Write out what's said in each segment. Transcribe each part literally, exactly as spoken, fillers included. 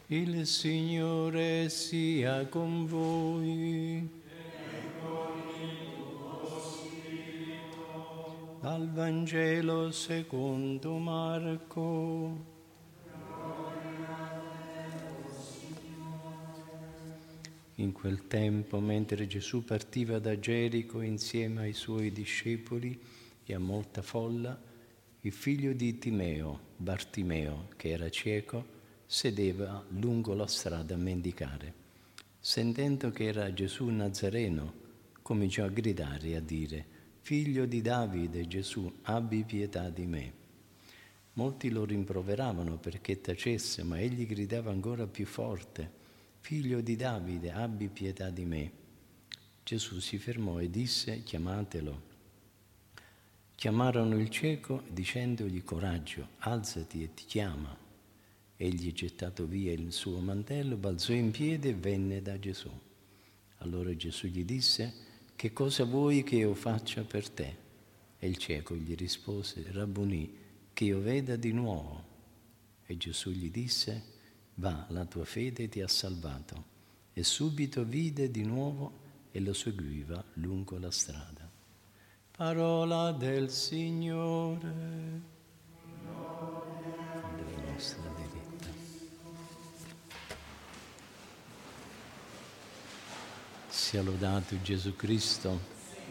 Il Signore sia con voi. Dal Vangelo secondo Marco. In quel tempo, mentre Gesù partiva da Gerico insieme ai suoi discepoli e a molta folla, il figlio di Timeo, Bartimeo, che era cieco, sedeva lungo la strada a mendicare. Sentendo che era Gesù Nazareno, cominciò a gridare e a dire: «Figlio di Davide, Gesù, abbi pietà di me». Molti lo rimproveravano perché tacesse, ma egli gridava ancora più forte: «Figlio di Davide, abbi pietà di me». Gesù si fermò e disse: «Chiamatelo». Chiamarono il cieco dicendogli: «Coraggio, alzati e ti chiama». Egli, gettato via il suo mantello, balzò in piedi e venne da Gesù. Allora Gesù gli disse: «Che cosa vuoi che io faccia per te?» E il cieco gli rispose: «Rabbunì, che io veda di nuovo». E Gesù gli disse: «Va, la tua fede ti ha salvato». E subito vide di nuovo e lo seguiva lungo la strada. Parola del Signore. Della nostra diritta. Sia lodato Gesù Cristo.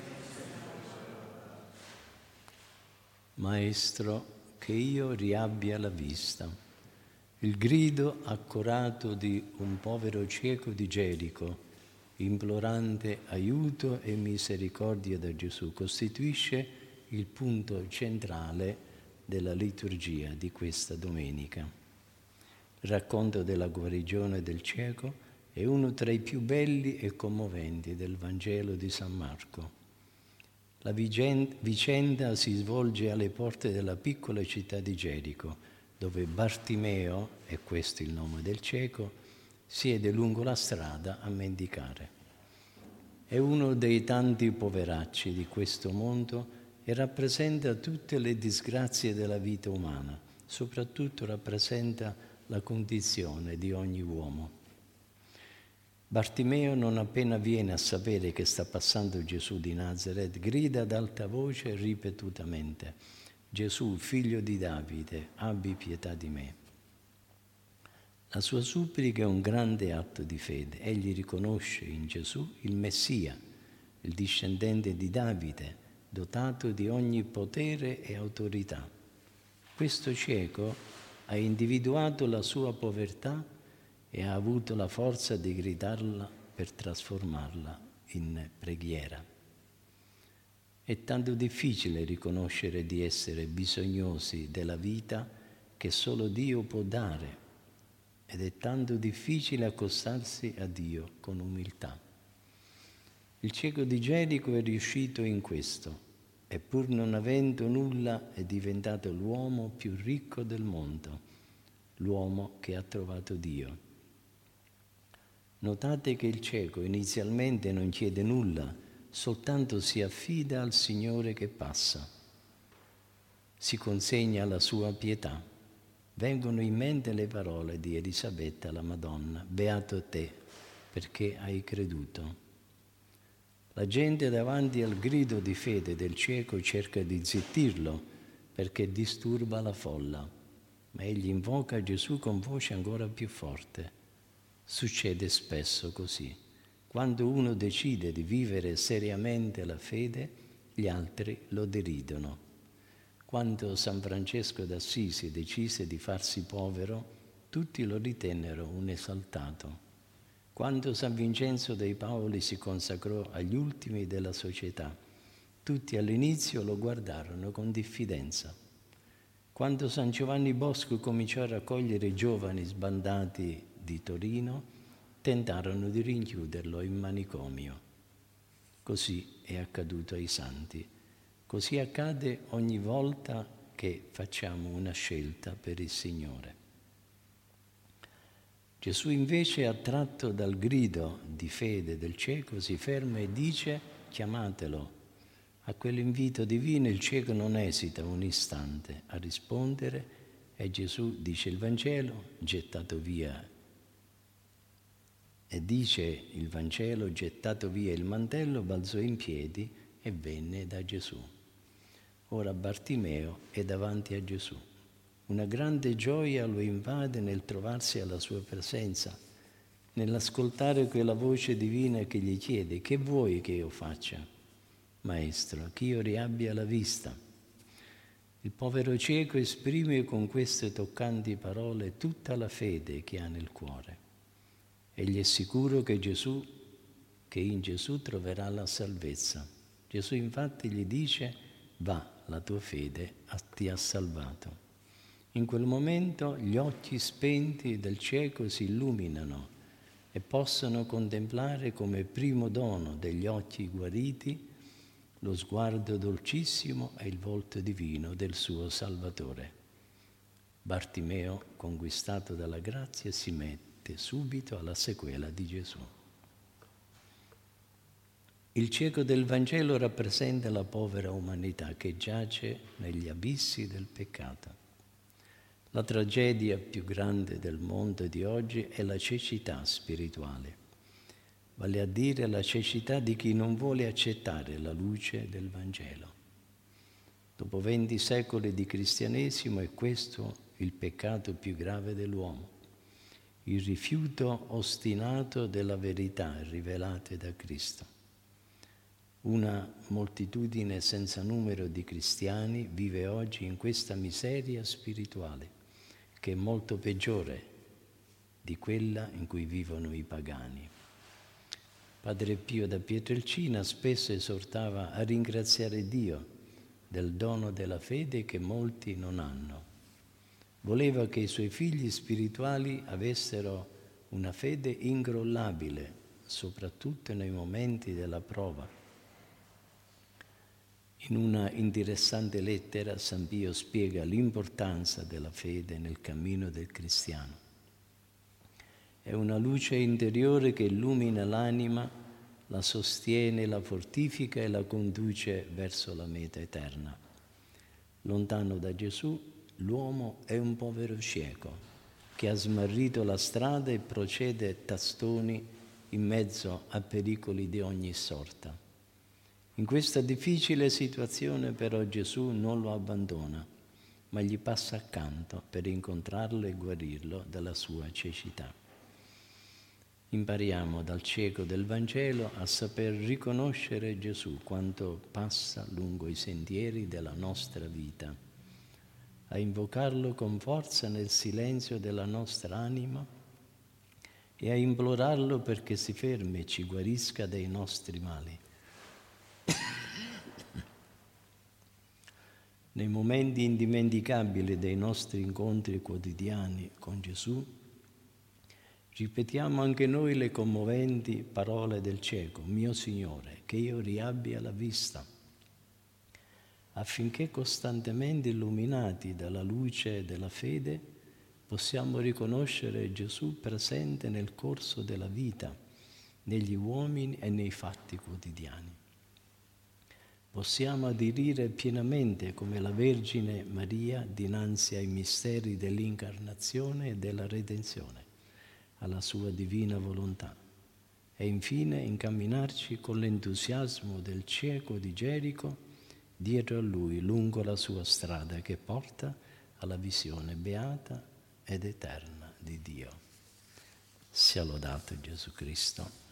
Maestro, che io riabbia la vista. Il grido accorato di un povero cieco di Gerico, implorante aiuto e misericordia da Gesù, costituisce il punto centrale della liturgia di questa domenica. Il racconto della guarigione del cieco è uno tra i più belli e commoventi del Vangelo di San Marco. La vicenda si svolge alle porte della piccola città di Gerico, dove Bartimeo, è questo il nome del cieco, siede lungo la strada a mendicare. È uno dei tanti poveracci di questo mondo e rappresenta tutte le disgrazie della vita umana, soprattutto rappresenta la condizione di ogni uomo. Bartimeo, non appena viene a sapere che sta passando Gesù di Nazaret, grida ad alta voce ripetutamente: «Gesù, figlio di Davide, abbi pietà di me». La sua supplica è un grande atto di fede. Egli riconosce in Gesù il Messia, il discendente di Davide, dotato di ogni potere e autorità. Questo cieco ha individuato la sua povertà e ha avuto la forza di gridarla per trasformarla in preghiera. È tanto difficile riconoscere di essere bisognosi della vita che solo Dio può dare, ed è tanto difficile accostarsi a Dio con umiltà. Il cieco di Gerico è riuscito in questo, e pur non avendo nulla è diventato l'uomo più ricco del mondo, l'uomo che ha trovato Dio. Notate che il cieco inizialmente non chiede nulla, soltanto si affida al Signore che passa. Si consegna alla sua pietà. Vengono in mente le parole di Elisabetta, la Madonna: «Beato te, perché hai creduto». La gente davanti al grido di fede del cieco cerca di zittirlo perché disturba la folla, ma egli invoca Gesù con voce ancora più forte. Succede spesso così. Quando uno decide di vivere seriamente la fede, gli altri lo deridono. Quando San Francesco d'Assisi decise di farsi povero, tutti lo ritennero un esaltato. Quando San Vincenzo dei Paoli si consacrò agli ultimi della società, tutti all'inizio lo guardarono con diffidenza. Quando San Giovanni Bosco cominciò a raccogliere i giovani sbandati di Torino, tentarono di rinchiuderlo in manicomio. Così è accaduto ai santi. Così accade ogni volta che facciamo una scelta per il Signore. Gesù invece, attratto dal grido di fede del cieco, si ferma e dice: «Chiamatelo». A quell'invito divino il cieco non esita un istante a rispondere e Gesù, dice il Vangelo, gettato via E dice il Vangelo, gettato via il mantello, balzò in piedi e venne da Gesù. Ora Bartimeo è davanti a Gesù. Una grande gioia lo invade nel trovarsi alla sua presenza, nell'ascoltare quella voce divina che gli chiede: che vuoi che io faccia? Maestro, che io riabbia la vista. Il povero cieco esprime con queste toccanti parole tutta la fede che ha nel cuore. Egli è sicuro che Gesù, che in Gesù troverà la salvezza. Gesù infatti gli dice: va, la tua fede ti ha salvato. In quel momento gli occhi spenti del cieco si illuminano e possono contemplare come primo dono degli occhi guariti lo sguardo dolcissimo e il volto divino del suo Salvatore. Bartimeo, conquistato dalla grazia, si mette subito alla sequela di Gesù. Il cieco del Vangelo rappresenta la povera umanità che giace negli abissi del peccato. La tragedia più grande del mondo di oggi è la cecità spirituale, vale a dire la cecità di chi non vuole accettare la luce del Vangelo. Dopo venti secoli di cristianesimo è questo il peccato più grave dell'uomo, il rifiuto ostinato della verità rivelate da Cristo. Una moltitudine senza numero di cristiani vive oggi in questa miseria spirituale, che è molto peggiore di quella in cui vivono i pagani. Padre Pio da Pietrelcina spesso esortava a ringraziare Dio del dono della fede che molti non hanno. Voleva che i suoi figli spirituali avessero una fede incrollabile, soprattutto nei momenti della prova. In una interessante lettera San Pio spiega l'importanza della fede nel cammino del cristiano. È una luce interiore che illumina l'anima, la sostiene, la fortifica e la conduce verso la meta eterna. Lontano da Gesù, l'uomo è un povero cieco che ha smarrito la strada e procede a tastoni in mezzo a pericoli di ogni sorta. In questa difficile situazione però Gesù non lo abbandona, ma gli passa accanto per incontrarlo e guarirlo dalla sua cecità. Impariamo dal cieco del Vangelo a saper riconoscere Gesù quando passa lungo i sentieri della nostra vita, a invocarlo con forza nel silenzio della nostra anima e a implorarlo perché si fermi e ci guarisca dai nostri mali. Nei momenti indimenticabili dei nostri incontri quotidiani con Gesù, ripetiamo anche noi le commoventi parole del cieco: mio Signore, che io riabbia la vista, affinché costantemente illuminati dalla luce della fede possiamo riconoscere Gesù presente nel corso della vita, negli uomini e nei fatti quotidiani. Possiamo aderire pienamente come la Vergine Maria dinanzi ai misteri dell'incarnazione e della redenzione, alla sua divina volontà, e infine incamminarci con l'entusiasmo del cieco di Gerico dietro a lui lungo la sua strada che porta alla visione beata ed eterna di Dio. Sia lodato Gesù Cristo.